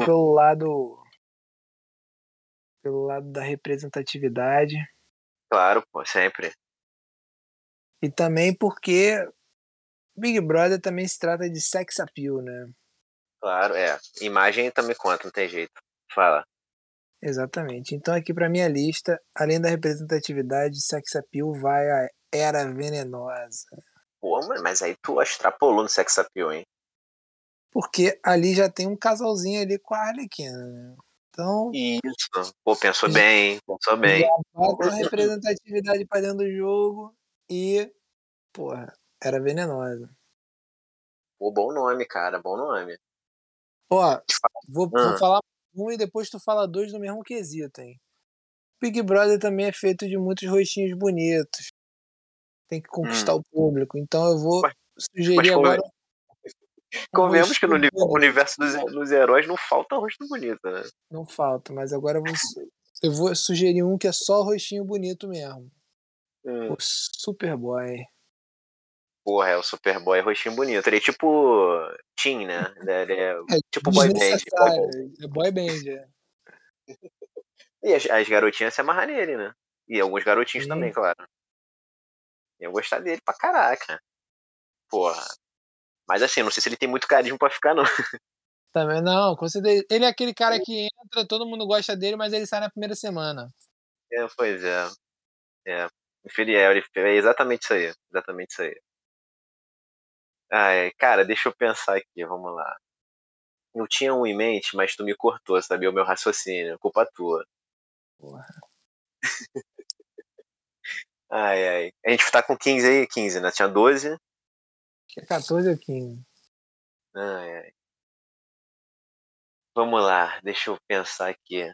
pelo lado da representatividade claro, pô, sempre. e também porque Big Brother também se trata de sex appeal, né? Claro, é. Imagem também conta, não tem jeito. Fala. Exatamente. Então aqui pra minha lista, além da representatividade, sex appeal vai a Era Venenosa. Pô, mano, mas aí tu extrapolou no sex appeal, hein? Porque ali já tem um casalzinho ali com a Arlequina, né? Então, Isso. Pô, pensou j- bem, pensou já bem. bota a representatividade pra dentro do jogo e, porra, Era Venenosa. Pô, bom nome, cara, bom nome. Ó, Te falo. vou falar um e depois tu fala dois do mesmo quesito, hein? Big Brother também é feito de muitos rostinhos bonitos. Tem que Hum. conquistar o público. Então eu vou Mas, mas sugerir agora um convenhamos que no rostinho bonito. universo dos heróis não falta rosto bonito, né? Não falta, mas agora eu vou sugerir um que é só rostinho bonito mesmo. O Hum. Superboy. Porra, é o Superboy rostinho bonito. Ele é tipo Teen, né? Ele é É tipo boy band, boy band. desnecessário. É boy band, é. E as garotinhas se amarram nele, né? E alguns garotinhos também, Sim. claro. Eu gostar dele pra caraca. Porra. Mas assim, não sei se ele tem muito carisma pra ficar, não. Também não, com certeza. Ele é aquele cara que entra, todo mundo gosta dele, mas ele sai na primeira semana. É, pois é. É. Infiel, é exatamente isso aí. Exatamente isso aí. Ai, cara, deixa eu pensar aqui, vamos lá. Eu tinha um em mente, mas tu me cortou, sabia? O meu raciocínio. Culpa tua. Porra. Ai, ai. A gente tá com 15 aí? 15, né? Tinha 12. Acho que é 14 ou 15. Ai, ai. Vamos lá, deixa eu pensar aqui.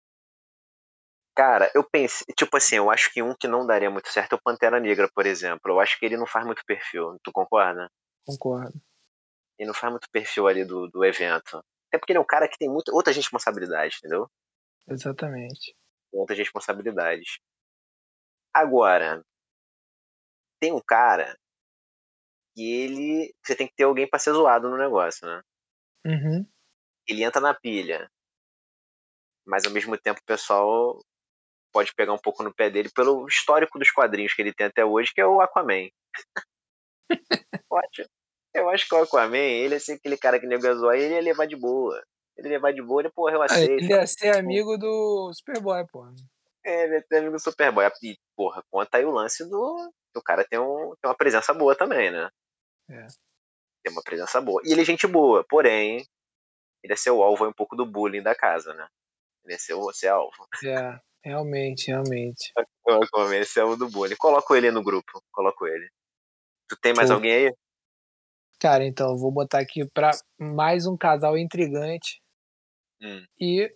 Cara, eu pensei, tipo assim, eu acho que um que não daria muito certo é o Pantera Negra, por exemplo. Eu acho que ele não faz muito perfil, tu concorda? Concordo. Ele não faz muito perfil ali do evento. Até porque ele é um cara que tem outras responsabilidades, entendeu? Exatamente. Tem outras responsabilidades. Agora, tem um cara que ele. Você tem que ter alguém pra ser zoado no negócio, né? Uhum. Ele entra na pilha, mas ao mesmo tempo o pessoal pode pegar um pouco no pé dele pelo histórico dos quadrinhos que ele tem até hoje, que é o Aquaman. Eu acho, eu acho que o Aquaman, ele é assim, aquele cara que nego ia zoar, ele ia levar de boa. Ele ia levar de boa, ele, porra, eu Ah, aceito. ele ia ser amigo do Superboy, pô. É, ele é até amigo do Superboy. E, porra, conta aí o lance do cara tem uma presença boa também, né? É. Tem uma presença boa. E ele é gente boa, porém, ele é seu alvo é um pouco do bullying da casa, né? Ele é ser alvo. É, realmente, realmente. O Aquaman é seu alvo do bullying. Coloco ele no grupo, coloco ele. Tu tem mais Show. alguém aí? Cara, então, eu vou botar aqui pra mais um casal intrigante Hum. e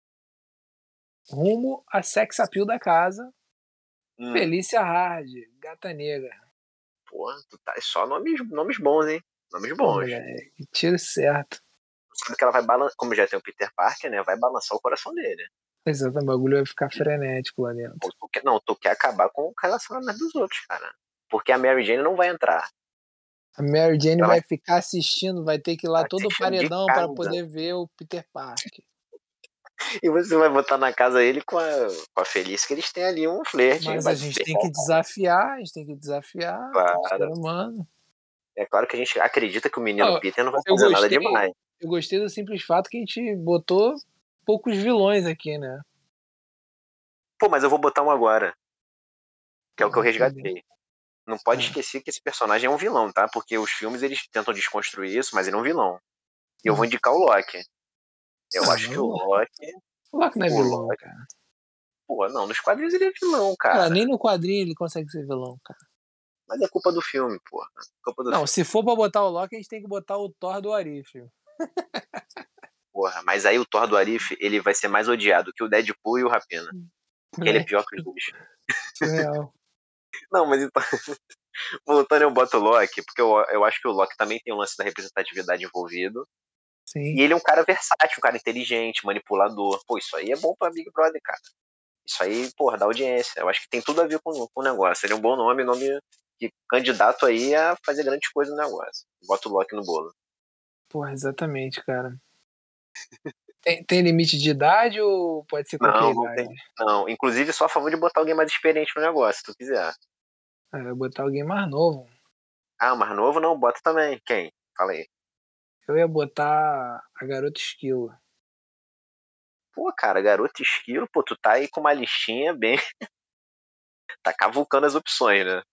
rumo a sex appeal da casa, Hum. Felícia Hard, Gata Negra. Porra, tu tá só nomes bons, hein? Nomes Pô, bons. moleque, tiro certo. Sabe que ela vai balançar, como já tem o Peter Parker, né? Vai balançar o coração dele. Exato, o bagulho vai ficar frenético lá dentro. Pô, não, tu quer acabar com o relacionamento dos outros, cara. Porque a Mary Jane não vai entrar. A Mary Jane Ela vai vai ficar assistindo, vai ter que ir lá estar todo assistindo de paredão para casa. poder ver o Peter Parker. E você vai botar na casa ele com a Feliz que eles têm ali um flerte. Mas a Vai se gente tem fechar. que desafiar, a gente tem que desafiar o ser Claro. humano. É claro que a gente acredita que o menino Ó, Peter não vai eu fazer nada gostei, demais. eu gostei do simples fato que a gente botou poucos vilões aqui, né? Pô, mas eu vou botar um agora, que é o que eu Porra, fudeu. resgatei. Não pode Ah, esquecer que esse personagem é um vilão, tá? Porque os filmes eles tentam desconstruir isso, mas ele é um vilão. E eu vou hum. indicar o Loki. Eu Ah, acho mas que o Loki. o Loki não é O vilão, Loki. cara. Pô, não, nos quadrinhos ele é vilão, Cara, cara. nem no quadrinho ele consegue ser vilão, cara. Mas é culpa do filme, porra. Culpa do Não, filme. se for pra botar o Loki, a gente tem que botar o Thor do Arif. Porra, mas aí o Thor do Arif, ele vai ser mais odiado que o Deadpool e o Rapina. Porque ele é pior que os dois. Surreal. Não, mas então, voltando eu boto o Loki, porque eu acho que o Loki também tem um lance da representatividade envolvido. E Sim. ele é um cara versátil, um cara inteligente, manipulador. Pô, isso aí é bom pra Big Brother, cara. Isso aí, porra, dá audiência. Eu acho que tem tudo a ver com o negócio. Ele é um bom nome de candidato aí a fazer grandes coisas no negócio. Bota o Loki no bolo. Porra, exatamente, cara. Tem limite de idade ou pode ser qualquer Não, não tem. idade? Não, inclusive sou a favor de botar alguém mais experiente no negócio, se tu quiser. Ah, eu ia botar alguém mais novo. Ah, mais novo não, bota também. Quem? Fala aí. Eu ia botar a garota esquilo. Pô, cara, garoto esquilo, pô, tu tá aí com uma listinha bem. Tá cavucando as opções, né?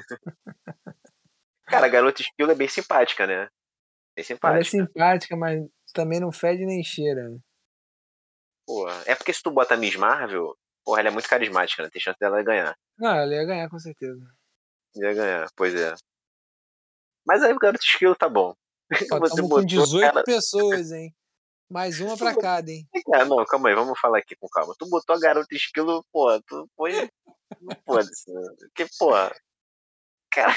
Cara, a garota esquilo é bem simpática, né? Bem Ela é simpática. simpática, mas também não fede nem cheira. Né? Pô, é porque se tu bota a Miss Marvel, porra, ela é muito carismática, né? Tem chance dela ganhar. Não, ela ia ganhar com certeza. Ia ganhar, pois é. Mas aí o garoto esquilo tá bom. Ó, Você tamo com botou, 18 cara. pessoas, hein? Mais uma Tu pra cada, hein? Ah, não, calma aí, vamos falar aqui com calma. Tu botou a garota esquilo, pô, tu foi. Não pode ser. Porque, porra, cara,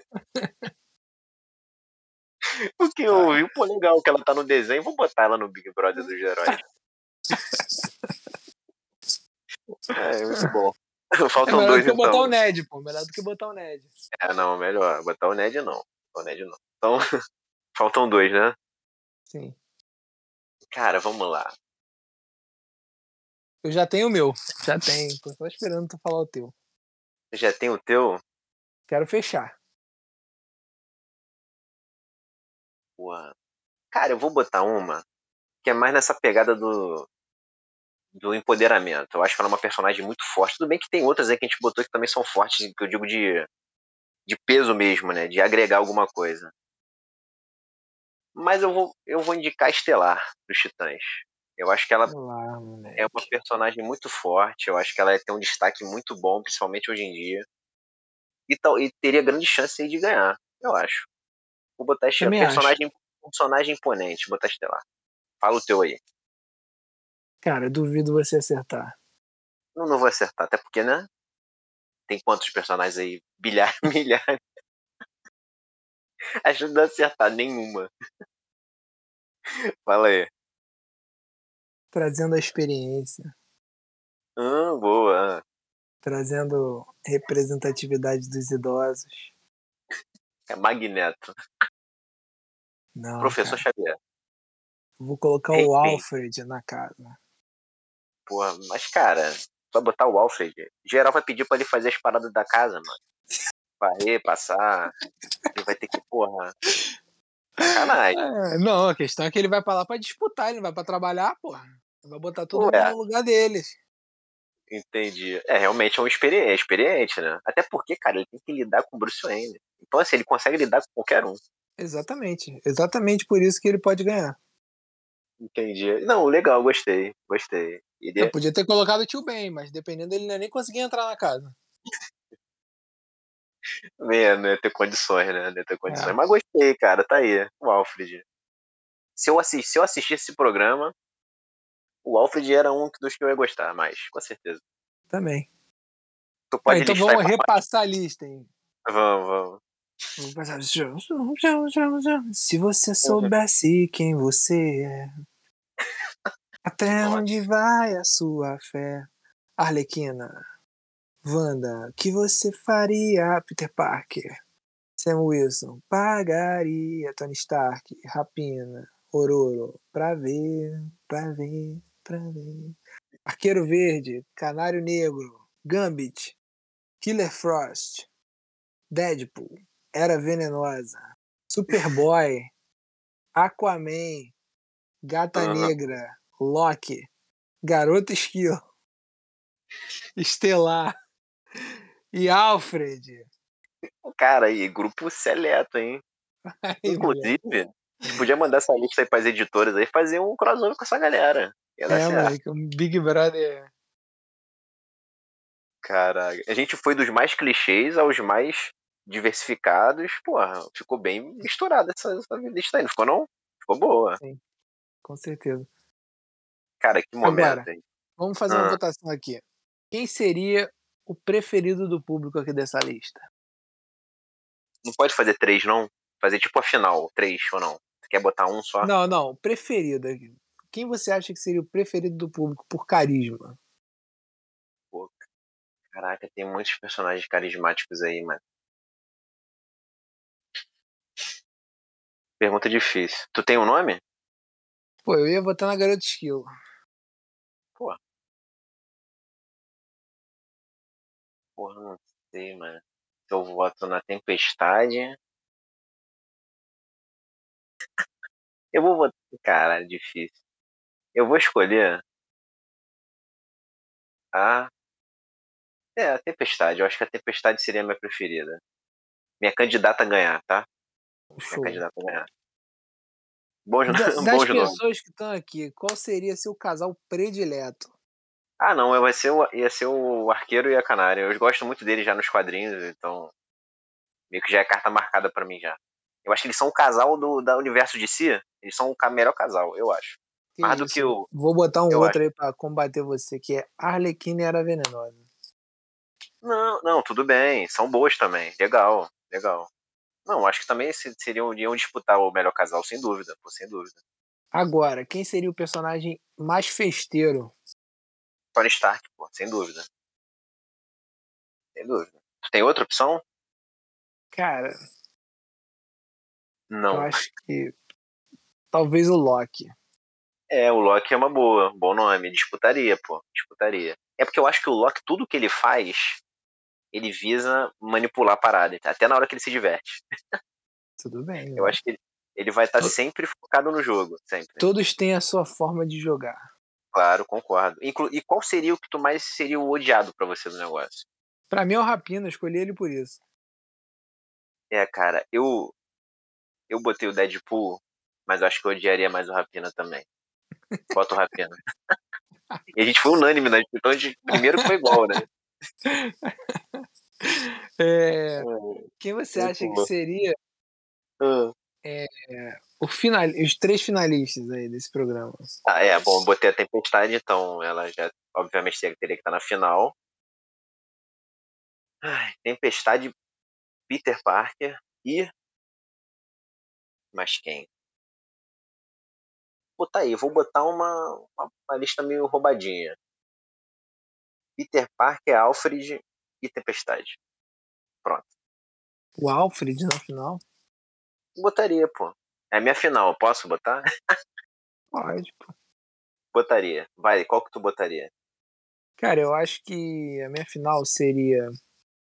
o que eu ouvi, pô, legal que ela tá no desenho, vou botar ela no Big Brother dos heróis. É, muito bom. É Faltam melhor do dois que botar o então. Ned, pô. Melhor do que botar o Ned. É, não, melhor. Botar o Ned não. O Ned não. Então, faltam dois, né? Sim. Cara, vamos lá. Eu já tenho o meu. Já tenho. Tô só esperando tu falar o teu. Já tem o teu? Quero fechar. Porra. Cara, eu vou botar uma que é mais nessa pegada do empoderamento. Eu acho que ela é uma personagem muito forte. Tudo bem que tem outras aí que a gente botou que também são fortes, que eu digo de peso mesmo, né? De agregar alguma coisa. Mas eu vou indicar a Estelar dos Titãs. Eu acho que ela Lá, é uma moleque. personagem muito forte. Eu acho que ela tem um destaque muito bom, principalmente hoje em dia. E teria grande chance aí de ganhar, eu acho. Vou botar Também acho. personagem imponente, vou botar Estelar. Fala o teu aí. Cara, duvido você acertar. Não vou acertar, até porque, né? Tem quantos personagens aí? Bilhar, milhares. Acho que não dá acertar nenhuma. Fala aí. Trazendo a experiência. Boa. Trazendo representatividade dos idosos. É Magneto. Não, Professor cara. Xavier. Vou colocar o Enfim, Alfred na casa. porra. Mas, cara, só botar o Alfred. Geral vai pedir pra ele fazer as paradas da casa, mano. Varrer, passar. Ele vai ter que, porra. Sacanagem. Não, a questão é que ele vai pra lá pra disputar, ele não vai pra trabalhar, porra. Ele vai botar todo mundo Ué, no lugar deles. entendi. É experiente, né? Até porque, cara, ele tem que lidar com o Bruce Wayne. Então, assim, ele consegue lidar com qualquer um. Exatamente. Exatamente por isso que ele pode ganhar. Entendi. Não, legal, gostei. Gostei. Eu podia ter colocado o tio Ben, mas dependendo dele, nem conseguia entrar na casa. Não ia ter condições, né? Não ia ter condições. É, Mas gostei, cara. Tá aí. O Alfred. Se eu assistisse esse programa, o Alfred era um dos que eu ia gostar mais, com certeza. também. Tu Tá, pode então listar aí vamos pra... repassar a lista, hein? Vamos, vamos. Vamos passar. Se você Uhum. soubesse quem você é, até Nossa. onde vai a sua fé? Arlequina, Wanda, o que você faria? Peter Parker, Sam Wilson, pagaria Tony Stark, Rapina, Ororo, pra ver. Arqueiro Verde, Canário Negro, Gambit, Killer Frost, Deadpool, Era Venenosa, Superboy, Aquaman, Gata Uhum. Negra, Loki, Garota Esquilo, Estelar e Alfred. Cara, aí, grupo seleto, hein? Aí, moleque. Inclusive, podia mandar essa lista aí pras editoras aí fazer um crossover com essa galera. Ia dar É, certo. moleque, um Big Brother. Cara, a gente foi dos mais clichês aos mais diversificados. Porra, ficou bem misturada essa lista aí, não ficou não? Ficou boa. Sim, com certeza. Cara, que momento, Agora, hein? vamos fazer uma Ah, votação aqui. Quem seria o preferido do público aqui dessa lista? não pode fazer três, não? Fazer tipo a final, três ou não? Você quer botar um só? Não, não, preferido. Quem você acha que seria o preferido do público por carisma? Pô, caraca, tem muitos personagens carismáticos aí, mano. Pergunta difícil. Tu tem um nome? Pô, eu ia votar na Garota Esquilo. Pô, porra, não sei, mano. Se eu voto na Tempestade. Eu vou votar. Caralho, difícil. Eu vou escolher a. É, a Tempestade. Eu acho que a Tempestade seria a minha preferida. Minha candidata a ganhar, tá? Minha Show. candidata a ganhar. Bons, Das bons nomes. pessoas que estão aqui, qual seria seu casal predileto? Ah, não, ia ser o Arqueiro e a Canária. Eu gosto muito deles já nos quadrinhos, então meio que já é carta marcada pra mim já. Eu acho que eles são um casal da universo de si. Eles são o melhor casal, eu acho. Que Mais do que isso? o. Vou botar um Eu acho. outro aí pra combater você, que é Arlequina e Era Venenosa. Não, não, tudo bem. São boas também. Legal, legal. Não, acho que também iam disputar o melhor casal, sem dúvida, pô, sem dúvida. Agora, quem seria o personagem mais festeiro? Tony Stark, pô, sem dúvida. Sem dúvida. Tu tem outra opção? Cara, eu Não. acho que talvez o Loki. É, o Loki é uma boa, bom nome. Disputaria, pô, disputaria. É porque eu acho que o Loki, tudo que ele faz, ele visa manipular a parada, até na hora que ele se diverte. Tudo bem, Eu né? acho que ele vai estar To- sempre focado no jogo, sempre. Todos têm a sua forma de jogar. Claro, concordo. E qual seria o que tu mais seria o odiado pra você do negócio? Pra mim é o Rapina, eu escolhi ele por isso. É, cara, eu botei o Deadpool mas eu acho que eu odiaria mais o Rapina também. Bota o Rapina. E a gente foi unânime, né? Então, primeiro foi igual, né? Quem você Muito acha que bom. seria os 3 finalistas aí desse programa? Bom, botei a Tempestade, então ela já, obviamente, teria que estar na final. Tempestade, Peter Parker e... Mas quem? Botar aí, vou botar uma lista meio roubadinha. Peter Parker, Alfred e Tempestade. Pronto. O Alfred na final? Botaria, pô. É a minha final, posso botar? Pode, pô. Botaria. Vai, qual que tu botaria? Cara, eu acho que a minha final seria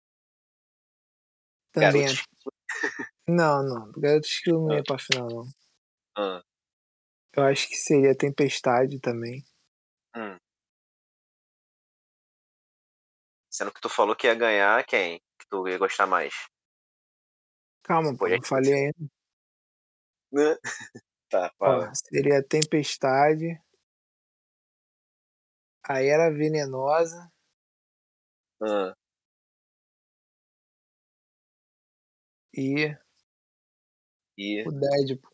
também Garotos. Não. Garoto Esquilo não Ah, ia pra final, não. ah, Eu acho que seria Tempestade também. hum. Sendo que tu falou que ia ganhar quem? Que tu ia gostar mais? Calma, Pô, pô, já não falei esqueci. ainda. Tá, Ó, fala. seria Tempestade, a Era Venenosa Ah, e e o Deadpool.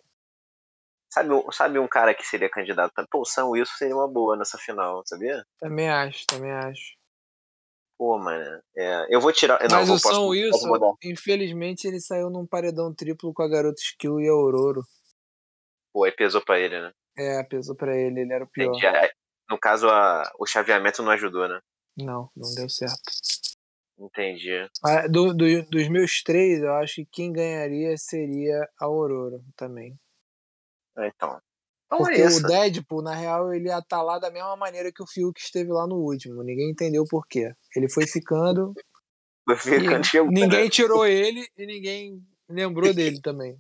sabe um cara que seria candidato? Pô, o Sam Wilson seria uma boa nessa final, sabia? Também acho. Pô, mano. Eu vou tirar. Não, Mas o posso Sam Wilson, mudar. infelizmente, ele saiu num paredão triplo com a Garota Skill e a Aurora. Pô, aí pesou pra ele, né? Pesou pra ele era o Entendi. pior. No caso, o chaveamento não ajudou, né? Não deu certo. Entendi. Dos meus 3, eu acho que quem ganharia seria a Aurora também. Então. Então é Porque o isso. Deadpool, na real, ele ia estar lá da mesma maneira que o Fiuk esteve lá no último. Ninguém entendeu por quê. Ele foi ficando Foi e ficando chegou, né? ninguém tirou ele e ninguém lembrou dele também.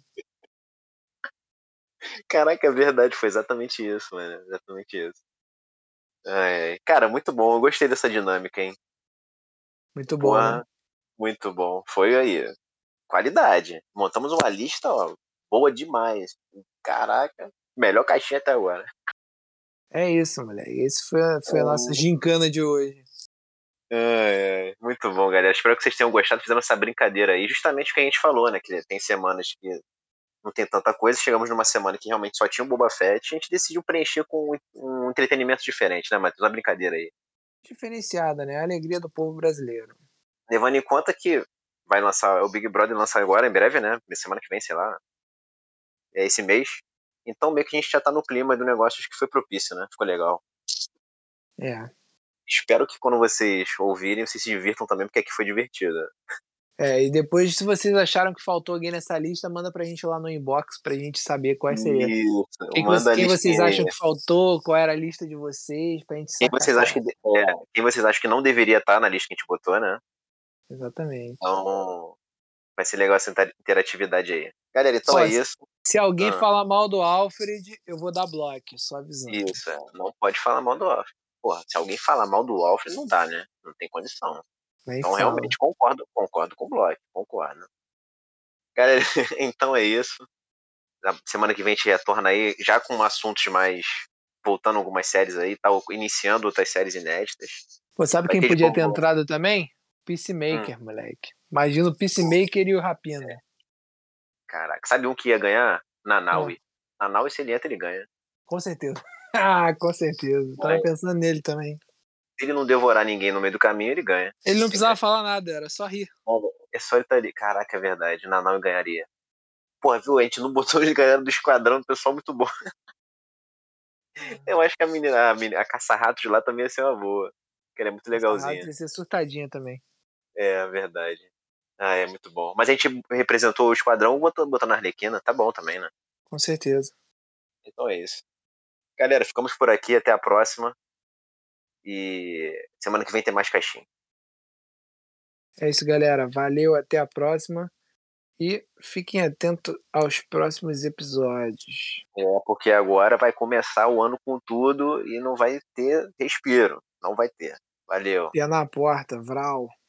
Caraca, é verdade, foi exatamente isso, mano. Exatamente isso. Cara, muito bom. Eu gostei dessa dinâmica, hein? Muito bom, né? Porra, muito bom. Foi aí. Qualidade. Montamos uma lista, ó, boa demais. Caraca, melhor caixinha até agora. É isso, moleque. Esse foi a nossa gincana de hoje. Muito bom, galera. Espero que vocês tenham gostado. Fizemos essa brincadeira aí, justamente o que a gente falou, né? Que tem semanas que não tem tanta coisa. Chegamos numa semana que realmente só tinha o Boba Fett. A gente decidiu preencher com um entretenimento diferente, né, Matheus? Uma brincadeira aí. Diferenciada, né? A alegria do povo brasileiro. Levando em conta que vai lançar, o Big Brother lança agora, em breve, né? Semana que vem, sei lá. É esse mês. Então meio que a gente já tá no clima do negócio, acho que foi propício, né? Ficou legal. É. Espero que quando vocês ouvirem, vocês se divirtam também, porque aqui foi divertido. E depois, se vocês acharam que faltou alguém nessa lista, manda pra gente lá no inbox pra gente saber qual seria. Isso, manda a Quem vocês listinha acham aí. que faltou, qual era a lista de vocês, pra gente sacar. Quem vocês acham que não deveria estar na lista que a gente botou, né? Exatamente. Então, vai ser legal essa interatividade aí. Galera, então é Ó, isso. se alguém Ah, falar mal do Alfred, eu vou dar bloco, só avisando. isso, não pode falar mal do Alfred. Porra, se alguém falar mal do Alfred, não dá, né? Não tem condição. Nem Então, fala. realmente, concordo com o Block, concordo. Galera, então é isso. Na semana que vem a gente retorna aí, já com assuntos mais... Voltando algumas séries aí, tá iniciando outras séries inéditas. Pô, sabe Vai quem ter de podia ter novo... entrado também? Hum, Peacemaker, moleque. Imagina o Peacemaker e o Rapina. caraca, sabe um que ia ganhar? Ah, Nanaui. Nanaui, se ele entra, ele ganha. com certeza. Ah, com certeza. Tava Mas, pensando nele também. se ele não devorar ninguém no meio do caminho, ele ganha. Ele não Ele precisava ganha. falar nada, era só rir. Olha, é só ele estar ali. Caraca, é verdade. Nanaui ganharia. Porra, viu? A gente não botou os galera do esquadrão, do pessoal muito bom. Eu acho que a caça-ratos lá também ia ser uma boa. Que ela é muito Essa rato legalzinha. ia ser surtadinha também. É, verdade. É muito bom. Mas a gente representou o esquadrão botando a Arlequina. Tá bom também, né? Com certeza. Então é isso. Galera, ficamos por aqui. Até a próxima. E semana que vem tem mais caixinha. É isso, galera. Valeu, até a próxima. E fiquem atentos aos próximos episódios. Porque agora vai começar o ano com tudo e não vai ter respiro. Não vai ter. Valeu. Pé na porta, Vral.